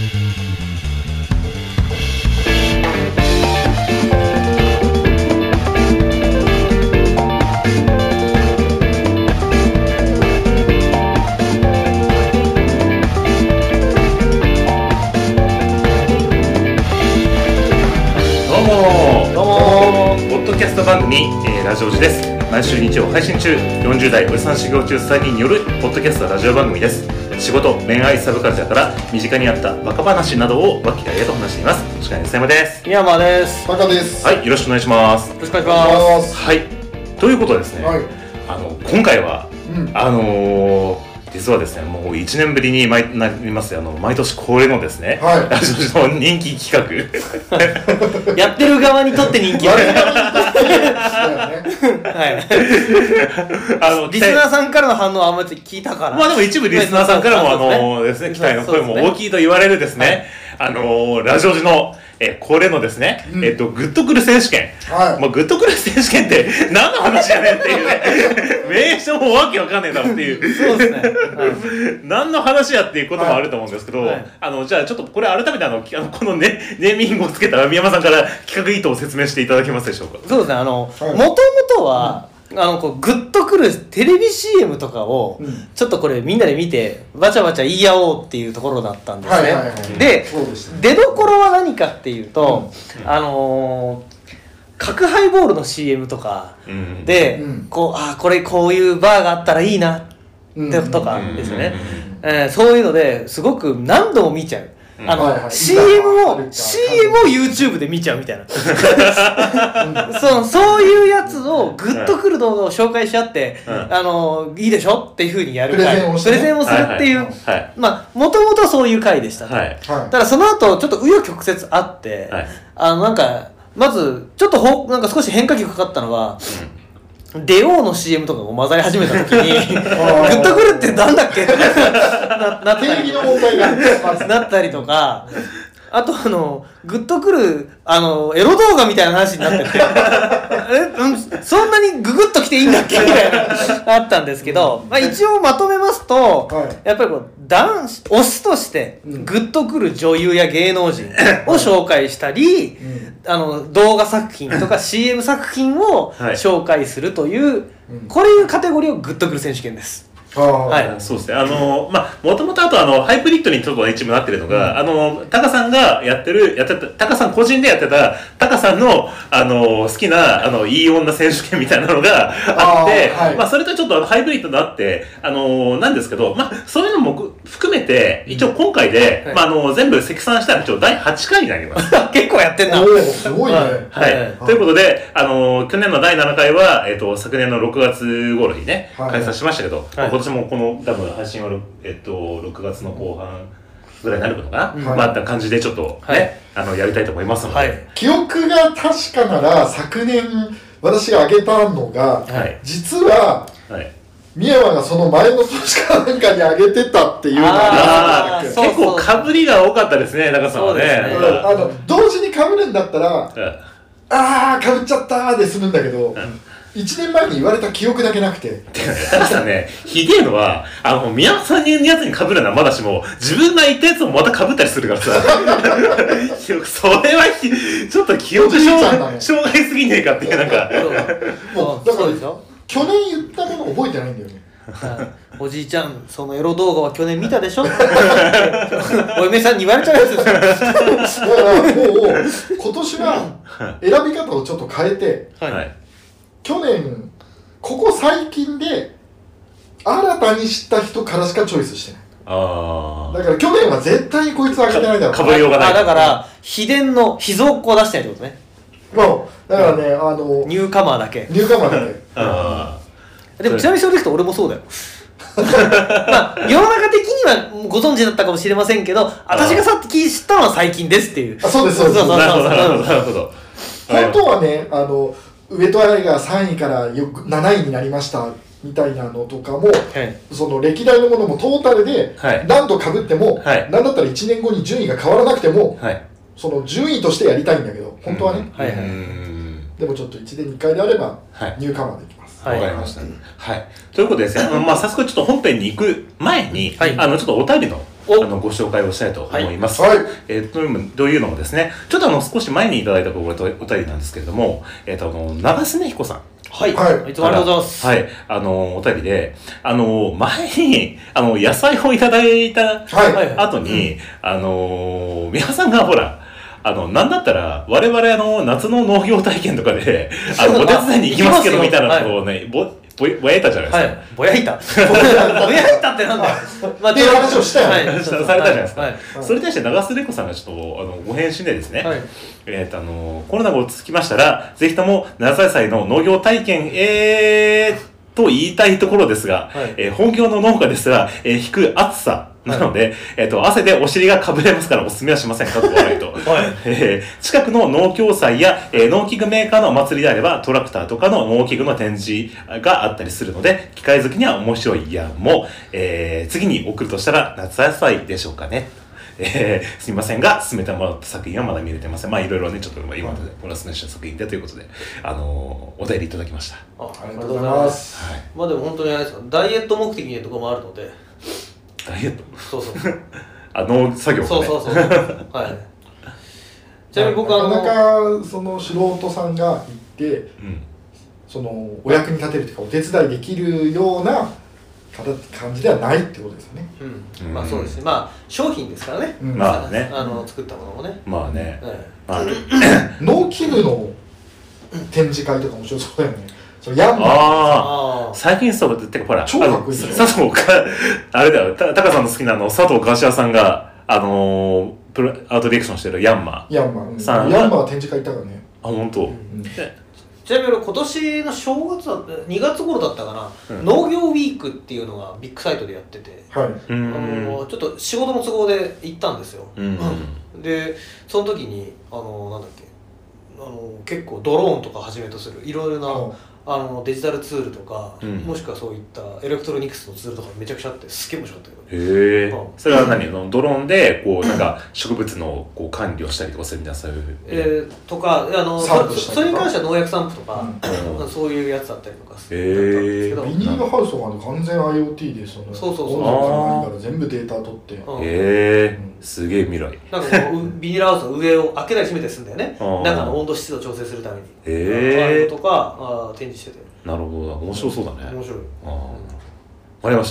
番組、ラジオジです。毎週日曜配信中、40代おじさん修行中3人によるポッドキャストラジオ番組です。仕事、恋愛、サブカルチャーから身近にあったバカ話などを和気あいあいと話しています。お時間です。山です。 宮間です。 バカです。 はい、よろしくお願いします。 よろしくお願いします。 はい、ということでですね、 はい、 今回は、実はですね、もう1年ぶりになります毎年恒例のですね、 はい、 ラジオの人気企画やってる側にとって人気はいリスナーさんからの反応はあんまり聞いたから、 まあでも一部リスナーさんからもですね、期待の声も大きいと言われるですね、ラジオ時の恒例のですね、グッとくる選手権、まあグッとくる選手権って何の話やねんっていうね名称もわけわかんねえだろっていうそうですね、 何の話やっていうこともあると思うんですけど、じゃあちょっとこれ改めてこのねネーミングをつけた宮間さんから企画意図を説明していただけますでしょうか。 そうですね、もともとは、こうグッとくるテレビ CM とかを、ちょっとこれみんなで見てバチャバチャ言い合おうっていうところだったんですね。で、出どころは何かっていうと、角ハイボールの CM とかで、これこういうバーがあったらいいなってとかですよね。そういうのですごく何度も見ちゃう。CM を YouTube で見ちゃうみたいなそういうやつをグッとくる動画を紹介し合って、いいでしょっていう風にやる回、プレゼンをするっていう、まあもともとそういう回でしたと。ただその後ちょっと紆余曲折あって、なんかまずちょっとなんか少し変化球かかったのは、デオーの CM とかが混ざり始めた時にグッとくるってなんだっけってなったりとか、あとグッとくるエロ動画みたいな話になっててそんなにググッときていいんだっけみたいなあったんですけど、まあ、一応まとめますと、やっぱりこうオスとしてグッとくる女優や芸能人を紹介したり、動画作品とか CM 作品を紹介するという、これいうカテゴリーをグッとくる選手権です。 そうですね。まあもともとあとハイブリッドにちょっと一部なってるのが、タカさんがやってたタカさん個人でやってたタカさんの好きないい女選手権みたいなのがあって、まあそれとちょっとハイブリッドになってなんですけど、まあそういうのも含めて一応今回で、まあ全部積算したら一応第8回になります。 結構やってんな。 すごいね。 はい。ということで去年の第7回は昨年の6月頃にね開催しましたけど、今年もこの多分配信は6月の後半ぐらいになるのかな、まあった感じでちょっとね、やりたいと思いますので、 記憶が確かなら昨年私が挙げたのが、実は、宮間がその前の年かなんかに挙げてたっていうのが結構かぶりが多かったですね、中さんはね。 同時にかぶるんだったら、かぶっちゃったーで済むんだけど、1年前に言われた記憶だけなくて。 高橋さんね、ひでえのは、宮本さんのやつに被るのはまだしも、自分が言ったやつもまた被ったりするからさ。それはちょっと記憶障害すぎねえかっていう、なんか。 もう、だから、去年言ったもの覚えてないんだよね。 おじいちゃん、そのエロ動画は去年見たでしょお嫁さんに言われちゃうやつですよ。だからもう、 今年は選び方をちょっと変えて、去年ここ最近で新たに知った人からしかチョイスしてない。だから去年は絶対にこいつあげてないだろう。 かぶりようがない。 だから秘伝の秘蔵っ子を出してないってことね。 もうだからね、 ニューカマーだけ。でもちなみにそれでいくと俺もそうだよ。まあ世の中的にはご存知だったかもしれませんけど、私がさっき知ったのは最近ですっていう。 そうです。 なるほど。 本当はね、上戸彩が3位から7位になりましたみたいなのとかも、その歴代のものもトータルで何度かぶっても、なんだったら1年後に順位が変わらなくても、その順位としてやりたいんだけど、本当はね。でもちょっと1年2回であればニューカマーできます。 わかりました。ということでですね、まあ早速ちょっと本編に行く前に、ちょっとお便りのご紹介をしたいと思います。はい、というのもですね、ちょっと少し前にいただいたお便りなんですけれども、長須根彦さん。 はい。いつもありがとうございます。 はい。お便りで、前に、野菜をいただいた後に、皆さんがほら、なんだったら、我々夏の農業体験とかで、お手伝いに行きますけど、みたいなことをね、ぼやいたじゃないですか。 ぼやいたってなんだよ。 っていう話をしたよね。 されたじゃないですか。それに対して長須根子さんがちょっと、ご返信でですね、コロナが落ち着きましたら、ぜひとも夏野菜の農業体験と言いたいところですが、本業の農家ですら、引く暑さなので、汗でお尻がかぶれますからお勧めはしませんかと笑いと。近くの農協祭や、農機具メーカーのお祭りであれば、トラクターとかの農機具の展示があったりするので、機械好きには面白いやも、次に送るとしたら夏野菜でしょうかね。すみませんが、進めてもらった作品はまだ見れてません。いろいろね、ちょっと今までおすすめした作品でということで、お便りいただきました。 ありがとうございます。でも本当にあれですか、ダイエット目的のところもあるので。 ダイエット？ そう。 農作業かね。そう。はい。ちなみに僕なかなかその素人さんが行って、そのお役に立てるというかお手伝いできるような感じではないってことですよね。 そうですね。商品ですからね。作ったものもね。 農機具の展示会とか面白そうだよね。 最近そうってかほら、 超かっこいい佐藤か、あれだよ、タカさんの好きな佐藤柏さんが、アートディレクションしてるヤンマーさん。ヤンマーは展示会行ったからね。 本当。 ちなみに今年の正月だった2月頃だったかな、農業ウィークっていうのがビッグサイトでやってて、ちょっと仕事の都合で行ったんですよ。でその時になんだっけ、結構ドローンとかはじめとするいろいろなデジタルツールとか、もしくはそういったエレクトロニクスのツールとかめちゃくちゃあってすっげえ面白かったけど。 それは何ドローンでなんか植物の管理をしたりとかするみたいなそういう。 とかそれに関しては農薬散布とか、そういうやつだったりとかするんですけど。 ビニールハウスとか完全 IoT でそうから全部データ取って。 すげえ未来。 なんかビニールハウスの上を開けたり閉めたりするんだよね。中の温度湿度を調整するために。あるのとか展示してて。 なるほど、面白そうだね。 面白い。 わかりました。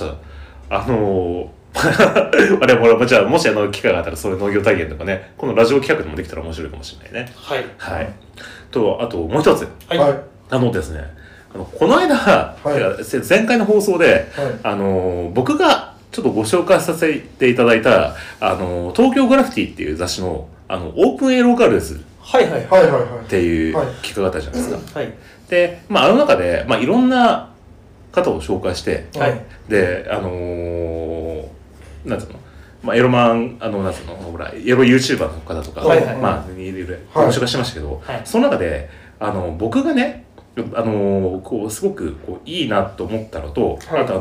じゃあもし機会があったらそういう農業体験とかね、このラジオ企画でもできたら面白いかもしれないね。 はい。 あともう一つ。ですね、この間、前回の放送で、僕がちょっとご紹介させていただいた東京グラフィティっていう雑誌のオープンエローガールズっていう企画があったじゃないですか。で、あの中で、いろんな方を紹介して、で、なんつうの、エロマン、なんつうの、ほら、エロ YouTuber の方とか、いろいろご紹介しましたけど、その中で、僕がね、すごくいいなと思ったのと、あとちょっと待って、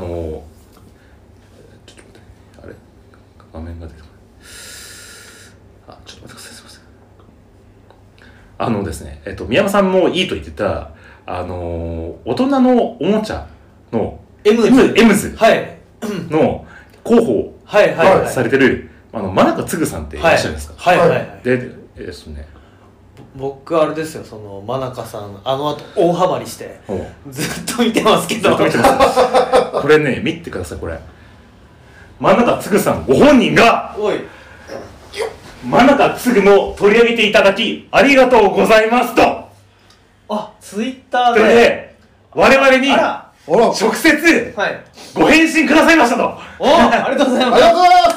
あれ画面が出てこない。ちょっと待ってください、すいません。ですね、宮山さんもいいと言ってた、大人のおもちゃのエムズの広報されてる真中つぐさんっていらっしゃるんですか。でですね、 僕あれですよ、その真中さん後大ハマりしてずっと見てますけど。 これね、見てください。これ真中つぐさんご本人が真中つぐも取り上げていただきありがとうございますとツイッターで我々に直接ご返信くださいましたと。 ありがとうございます。 ありがとうございます。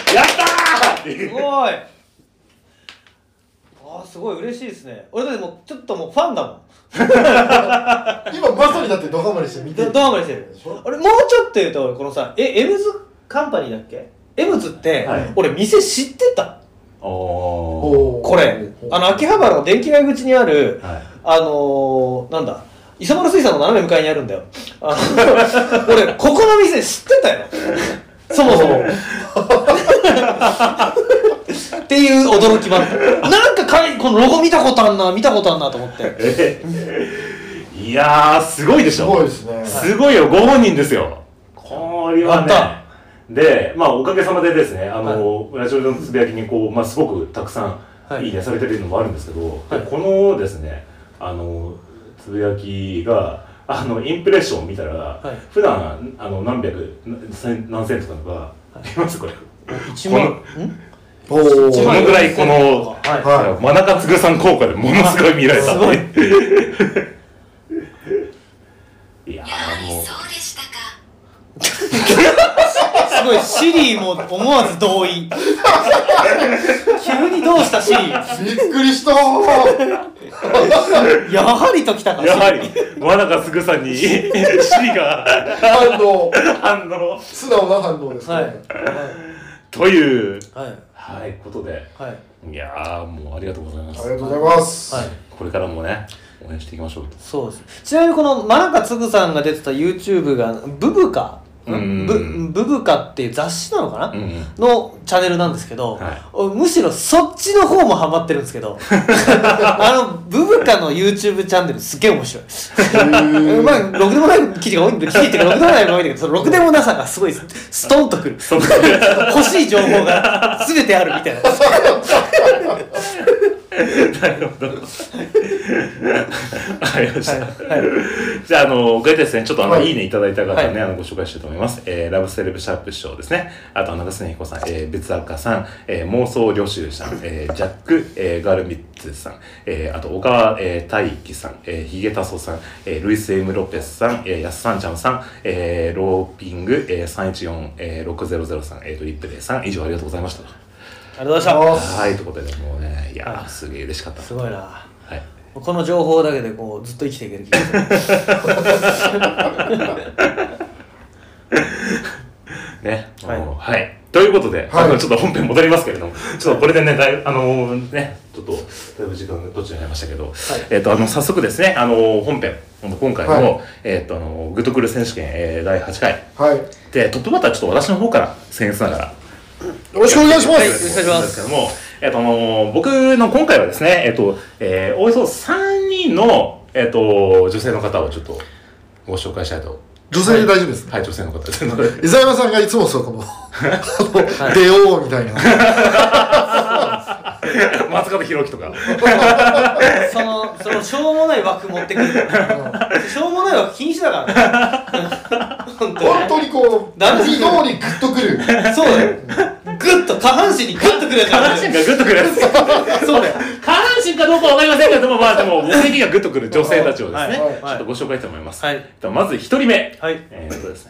やったー。 すごい。すごい嬉しいですね。俺だってもうちょっともうファンだもん。 今まさにだってドハマりして見てる。 ドハマりしてる。俺もうちょっと言うとこのさ、エムズカンパニーだっけ？エムズって、俺店知ってた。これ秋葉原の電気街口にある、なんだ、磯丸水産の斜め向かいにあるんだよ。俺ここの店知ってたよ。そもそも。っていう驚きもあった。なんかこのロゴ見たことあんなと思って。 いやーすごいでしょ。 すごいですね。 すごいよ、ご本人ですよ。これはね、 で、まあおかげさまでですね、ラジオのつぶやきにこう、まあすごくたくさんいいねされてるのもあるんですけど、このですね、つぶやきが、インプレッションを見たら、普段、何百、何千とかのが、見ますこれ。 1万このぐらいこの、真中つぐさん効果でものすごい見られた。すごい。いやもう。そうでしたか。すごい、シリーも思わず同意。急にどうしたシリー。 びっくりした。 やはりときたか。 やはり真中つぐさんにシリが反応。素直な反応ですね。 という。はい、ことで、いやもうありがとうございます。 ありがとうございます。 これからもね、応援していきましょうと。 そうです。ちなみにこの真中つぐさんが出てた YouTube がブブカっていう雑誌なのかな、のチャンネルなんですけど、むしろそっちの方もハマってるんですけど、ブブカの YouTube チャンネルすげえ面白い。まあろくでもない記事が多いんで、記事っていうかろくでもないのが多いんだけど、そのろくでもなさがすごいストンとくる。欲しい情報が全てあるみたいな。 なるほど。わかりました。じゃあ、こうやってですね、ちょっといいねいただいた方ね、ご紹介したいと思います。ラブセレブシャープ師匠ですね。あと、長須根彦さん、別赤さん、妄想旅集さん、ジャック、ガールミッツさん、あと、小川大輝さん、ヒゲタソさん、ルイス・エム・ロペスさん、ヤスサンちゃんさん、ローピング、314-6003さん、リップレイさん、以上ありがとうございました。 ありがとうございました。 はい、ということで、もうね、いやすげえ嬉しかった。 すごいな。はい。この情報だけでこうずっと生きていける気がする。 ね、はい。ということで、ちょっと本編戻りますけれども、ちょっとこれでね、ちょっとだいぶ時間がどっちになりましたけど、早速ですね、本編、今回の、グッとくる選手権、第8回。で、トップバッターちょっと私の方から僭越ながら、 よろしくお願いします。 よろしくお願いしますけども、僕の今回はですね、およそ3人の、女性の方をちょっとご紹介したいと。 女性で大丈夫です。 はい、女性の方です。 伊沢山さんがいつもそう、この、出ようみたいな。 松方弘樹とか。 そのしょうもない枠持ってくる。しょうもない枠禁止だから。 本当にこう、何通りグッとくる。 そうだよ。グッと、下半身にグッとくるやつ。 下半身がグッとくるやつ。 そうだよ。 下半身かどうかわかりませんけども、まあでも、お席がグッとくる女性たちをですね、ちょっとご紹介したいと思います。まず1人目。ですね。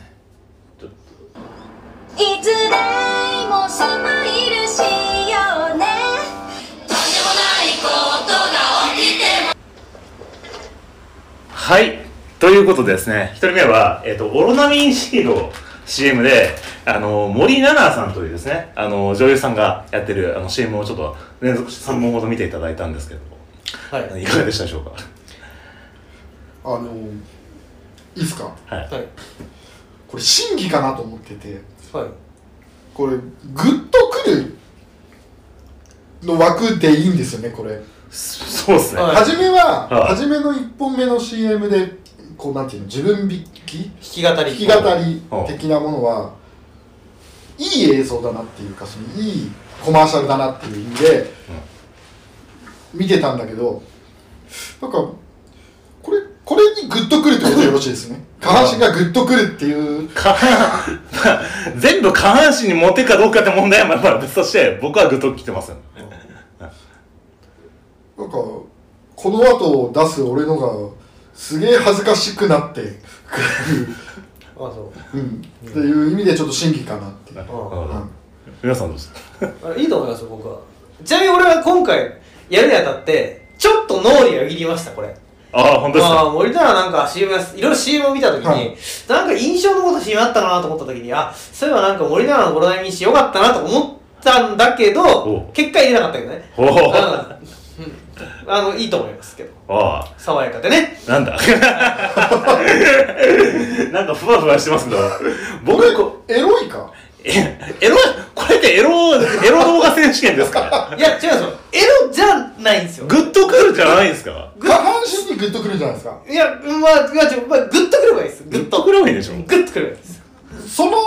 いつでもスマイルしようね。とんでもないことが起きても。 はい。ということでですね、1人目は、オロナミン C の CM で、森七菜さんというですね、女優さんがやってるCM をちょっと連続3本ほど見ていただいたんですけども、いかがでしたでしょうか。 いいですか。 はい。 これ審議かなと思ってて、これグッとくるの枠でいいんですよね、これ。 そうですね。 初めの1本目の CM でこうなんていうの、自分弾き語り的なものはいい映像だなっていうか、そのいいコマーシャルだなっていう意味で見てたんだけど、なんかこれにグッとくるってことでよろしいですね。下半身がグッとくるっていう全部下半身に持ってかどうかって問題はまあ別として、僕はグッときてますよ。 なんかこの後出す俺のがすげえ恥ずかしくなってくるっていう意味でちょっと審議かなって。 皆さんどうですか。 いいと思いますよ、僕は。ちなみに俺は今回やるにあたってちょっと脳裏をよぎりました、これ。 本当ですか。 森田なんか CM いろいろ CM を見たときに、なんか印象のこと CM あったかなと思ったときに、そういえばなんか森田のオロナミン C よかったなと思ったんだけど、結果入れなかったけどね。いいと思いますけど。爽やかでね。 なんだなんかふわふわしてますけど、僕エロいか。 エロ、これってエロ動画選手権ですか。 いや違うんですよ、エロじゃないんですよ。 グッとくるじゃないんですか。 下半身にグッとくるんじゃないですか。 いや、グッとくればいいです。 グッとくればいいでしょ。 グッとくればいいです。 その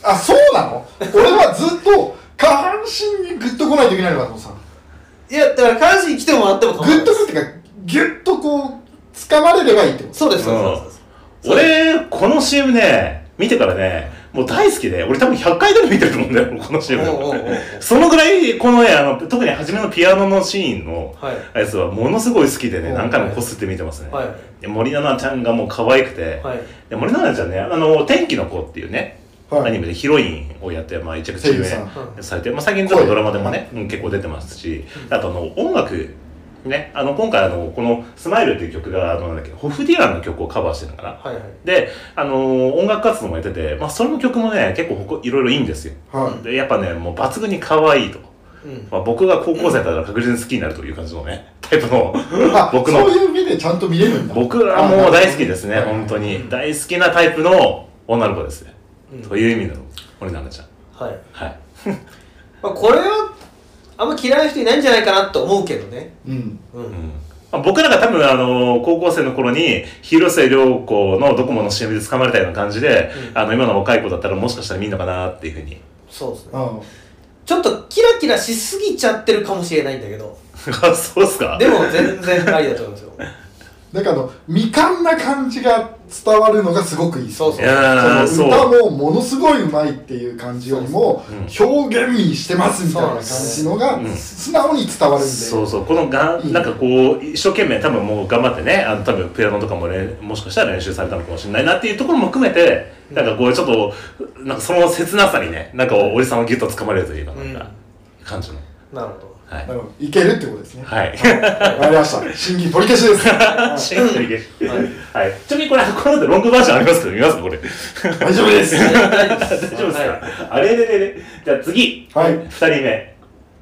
あ、そうなの？俺はずっと下半身にグッと来ないといけないのかと思ってた。いや、だから下半身に来てもらっても構わない。 グッとくっていうか、ギュッとこう掴まれればいいってこと。 そうです、そうです。 俺この CM ね見てからねもう大好きで、俺多分100回ぐらい見てると思うんだよこの CM。そのぐらいこのね特に初めのピアノのシーンのやつはものすごい好きでね、何回もこすって見てますね。で森七菜ちゃんがもう可愛くて、で森七菜ちゃんね天気の子っていうねアニメでヒロインをやって、一躍注目されて、最近ちょっとドラマでもね結構出てますし、あと音楽ね、今回この「スマイルっていう曲がなんだっけ、ホフディランの曲をカバーしてるのかな、で音楽活動もやってて、それの曲もね結構いろいろいいんですよ、でやっぱねもう抜群に可愛いと、僕が高校生だったら確実に好きになるという感じのねタイプの僕のそういう目でちゃんと見れるんだ。 僕はもう大好きですね、本当に大好きなタイプの女の子ですね、という意味の森七菜ちゃん。はいこれはあんま嫌いな人いないんじゃないかなと思うけどね。 僕らが多分高校生の頃に広末涼子のドコモの CM で掴まれたような感じで、今の若い子だったらもしかしたら見んのかなっていうふうに。 そうですね。ちょっとキラキラしすぎちゃってるかもしれないんだけど。 あ、そうっすか。 でも全然ありだと思うんですよ。 なんか未完な感じが伝わるのがすごくいい。 そう歌もものすごい上手いっていう感じよりも表現にしてますみたいな感じのが素直に伝わるんで。 そうそう、このなんかこう一生懸命多分もう頑張ってね、多分ピアノとかももしかしたら練習されたのかもしれないなっていうところも含めて、なんかこうちょっとなんかその切なさにね、なんかおじさんをギュッと掴まれるというかなんか感じの。 なるほど。 いけるってことですね。 はい。 わかりました。審議取り消しです。 審議取り消し。はい。ちなみにこの後ロングバージョンありますけど見ますかこれ。 大丈夫です。 大丈夫ですか。あれれ。じゃあ次。はい。2人目。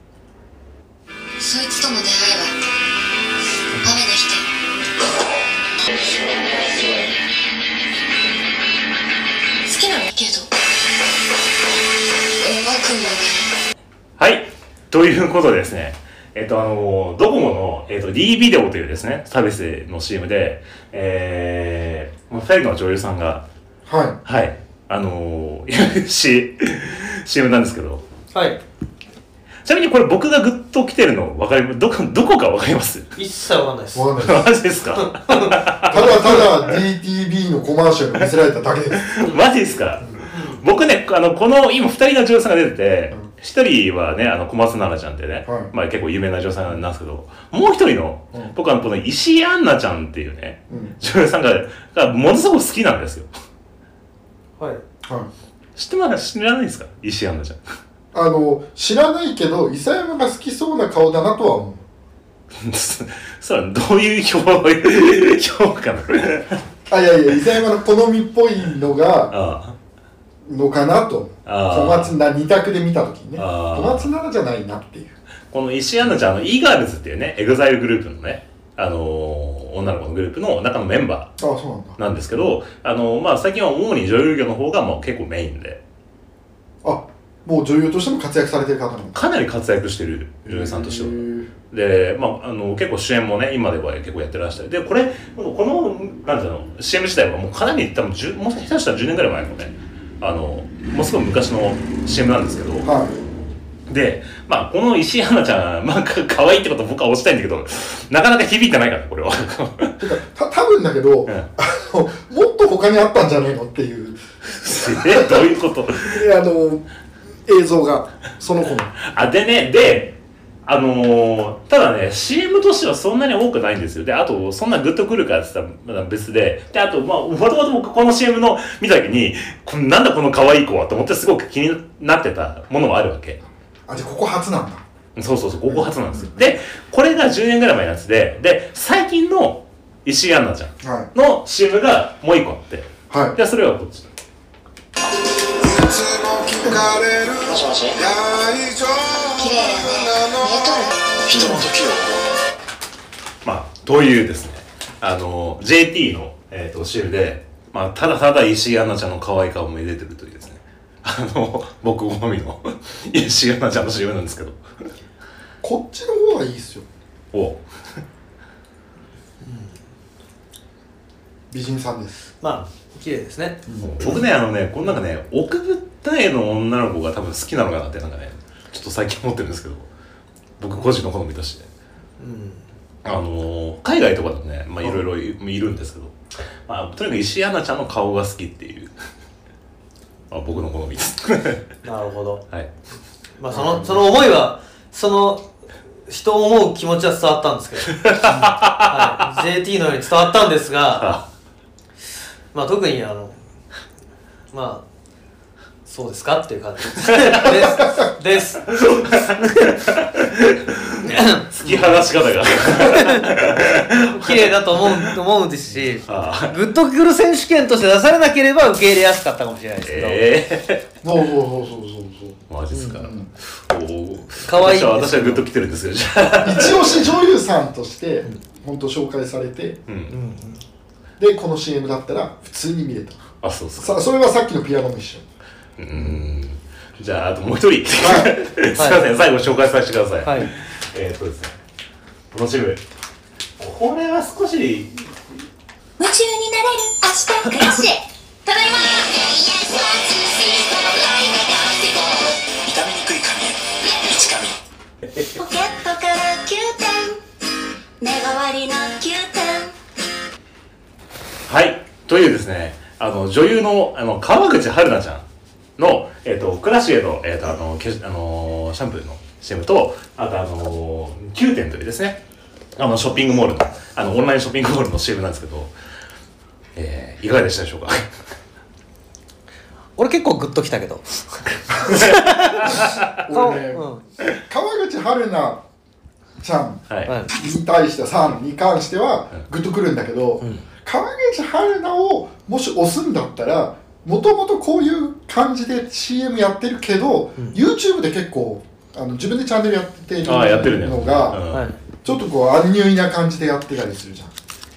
そいつとの出会いは雨の日で。好きなのけど。僕もね。 はい。ということでですね、ドコモの、D ビデオというですね、サービスの CM で、2人の女優さんが、はい、CM なんですけど、 はい。 ちなみにこれ僕がグッと来てるの分かります？どこか分かります？ 一切分かんないです。 マジですか？ ただ DTV のコマーシャル見せられただけです。 マジですか？僕ね、この今2人の女優さんが出てて、一人はね、小松菜奈ちゃんってね、結構有名な女優さんなんですけど、もう一人の、僕はこの石井杏奈ちゃんっていうね、女優さんがものすごく好きなんですよ。はい。知らないですか？石井杏奈ちゃん。知らないけど、伊佐山が好きそうな顔だなとは思う。 それはどういう評価なの？ いや、伊佐山の好みっぽいのが、のかなと。小松菜2択で見たときにね、小松菜奈じゃないなっていう。 この石井杏奈ちゃんイーガールズっていうね、EXILEグループのね、女の子のグループの中のメンバーなんですけど、最近は主に女優業の方がもう結構メインで。 もう女優としても活躍されてる方なの？ かなり活躍してる女優さんとしては。で、結構主演もね、今では結構やってらっしゃる。で、この、なんていうの、CM 自体はもうかなり多分、もう下手したら10年ぐらい前のね、もうすごい昔の CM なんですけど、で、この石井杏奈ちゃん、可愛いってことを僕は推したいんだけど、なかなか響いてないから、これは。 多分だけど、もっと他にあったんじゃねえのっていう。 どういうこと？ 映像が、その子の。 ただね、CM としてはそんなに多くないんですよ。で、あと、そんなグッとくるかって言ったら別で、あと、もともと僕この CM の見た時に、なんだこの可愛い子はと思ってすごく気になってたものもあるわけ。 じゃあここ初なんだ。 そう、ここ初なんですよ。で、これが10年ぐらい前のやつで、最近の石井杏奈ちゃんの CM がもう一個あって、で、それはこっち。もしもし？綺麗やね。見えとる？人の時よ。というですね、JT の、CM で、ただただ石井杏奈ちゃんの可愛い顔も入れてるというですね、僕好みの石井杏奈ちゃんの CM なんですけど。 こっちの方がいいっすよ。 美人さんです。 まあ綺麗ですね。 僕ねこのなんかね奥二重の女の子が多分好きなのかなってなんかねちょっと最近思ってるんですけど、僕個人の好みとして、海外とかだとねまあいろいろいるんですけど、まあとにかく石井アナちゃんの顔が好きっていう僕の好みです。 なるほど。 はい。 まあその思いはその人を思う気持ちは伝わったんですけど、はい、JT のように伝わったんですが、まあ特にまあそうですかっていう感じです。 突き放し方が綺麗だと思うんですし、グッとくる選手権として出されなければ受け入れやすかったかもしれないですけど。 そうマジですか。 可愛い。 私はグッときてるんですけど、 一押し女優さんとして本当紹介されて、でこの CM だったら普通に見れた。 あ、そうそう。 それはさっきのピアノも一緒。 じゃああともう一人、すいません、最後紹介させてください。はい。ですね、このチーム、これは少し夢中になれる明日クラッシュ。ただいま。 傷みにくい髪へ一髪。 ポケットから9点、目代わりの9点。 はい、というですね、女優の川口春奈ちゃんのクラシエのシャンプーの CM と、あと9点というですね、ショッピングモールのオンラインショッピングモールの CM なんですけど、いかがでしたでしょうか。 俺結構グッときたけど。 俺ね、川口春奈ちゃんに対してさんに関してはグッとくるんだけど、川口春奈をもし押すんだったら、もともとこういう感じで CM やってるけど、YouTube で結構自分でチャンネルやってるのがちょっとこうアンニュイな感じでやってたりするじゃん。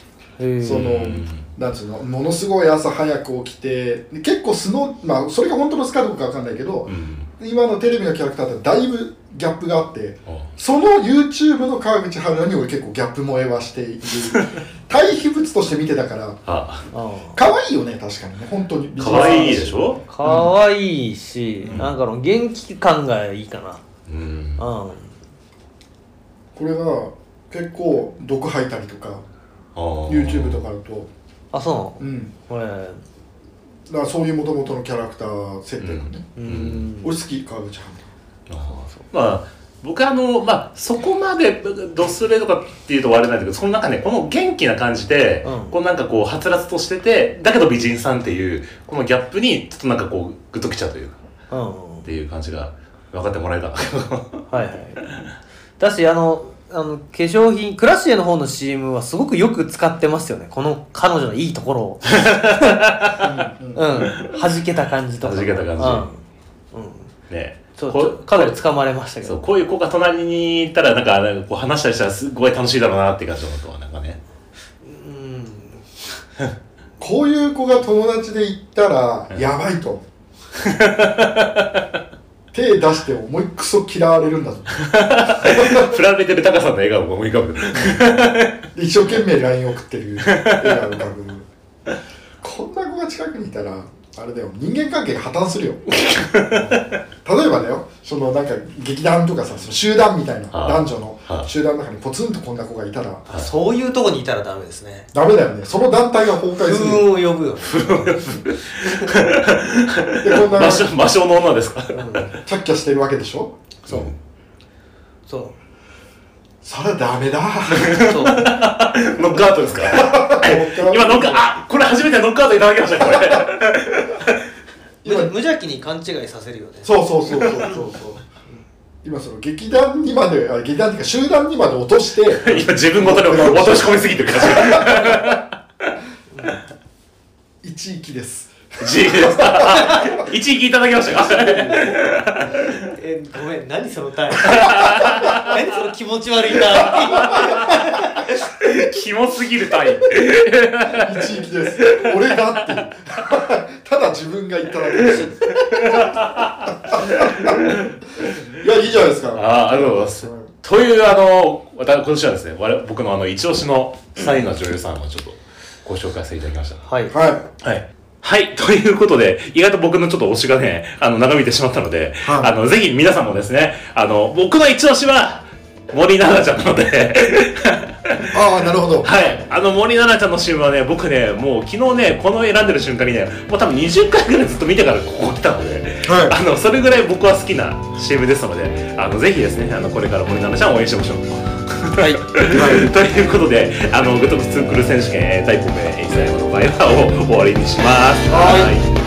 なんつうの、ものすごい朝早く起きて結構まあそれが本当の素かどうかわかんないけど、今のテレビのキャラクターとだいぶギャップがあって、その YouTube の川口春奈に俺結構ギャップ萌えはしている。対比物として見てたから可愛いよね。確かにね、本当に可愛いでしょ。 可愛いし、なんかの元気感がいいかな。 これが結構毒吐いたりとか YouTube とかだと、 あ、そうなの。 だからそういう元々のキャラクター設定がね、俺好き、川口春奈。 まあ僕まあそこまでドストレとかっていうと悪いなんだけど、その中ねこの元気な感じで、こうなんかこうはつらつとしててだけど美人さんっていうこのギャップにちょっとなんかこうグッときちゃうというか、っていう感じが分かってもらえたかな。 はいはい。だし化粧品クラシエの方の CM はすごくよく使ってますよね、この彼女のいいところを。弾けた感じとか。 弾けた感じ。ね。 かなり掴まれましたけど。 そう、こういう子が隣にいたらなんかこう話したりしたらすごい楽しいだろうなって感じのことはなんかね。 こういう子が友達で行ったらやばいと。手出して思いっくそ嫌われるんだと。 振られてるタカさんの笑顔が思い浮かぶ。 一生懸命 LINE 送ってる笑顔が浮かぶ。こんな子が近くにいたらあれだよ、人間関係が破綻するよ。例えばだよ、なんか劇団とかさ、集団みたいな男女の集団の中にポツンとこんな子がいたら、 そういうとこにいたらダメですね。 ダメだよね。その団体が崩壊する。 不運を呼ぶよ。 でこんな魔性の女ですか。 キャッキャしてるわけでしょ。 そう。 それはダメだ。 ノックアウトですか。今これ初めてノックアウトいただきましたこれ。 無邪気に勘違いさせるよね。 そう。今劇団にまで劇団っていうか集団にまで落として、 今自分ごとに落とし込みすぎてる感じ。一息です。 一息いただきましたか。 ごめん、何そのタイム。何その気持ち悪いタイム。キモすぎるタイム。 一息です。俺だっていう。ただ自分が言っただけです。いや、いいじゃないですか。 ありがとうございます。という今年はですね、僕の一押しの3人の女優さんをちょっとご紹介させていただきました。 はい。 はい。 はい。ということで、意外と僕のちょっと推しがね、長引いてしまったので、はい、ぜひ皆さんもですね、僕の一押しは、森七菜ちゃんなのでああ、なるほど。 はい。森七菜ちゃんの CM はね、僕ね、もう昨日ね、この選んでる瞬間にね、もう多分20回ぐらいずっと見てからここ来たので、はい、それぐらい僕は好きな CM ですので、ぜひですね、これから森七菜ちゃんを応援しましょう。はい。ということで、グッドツークル選手権、タイプ名、イサヤマの場合は終わりにします。はい。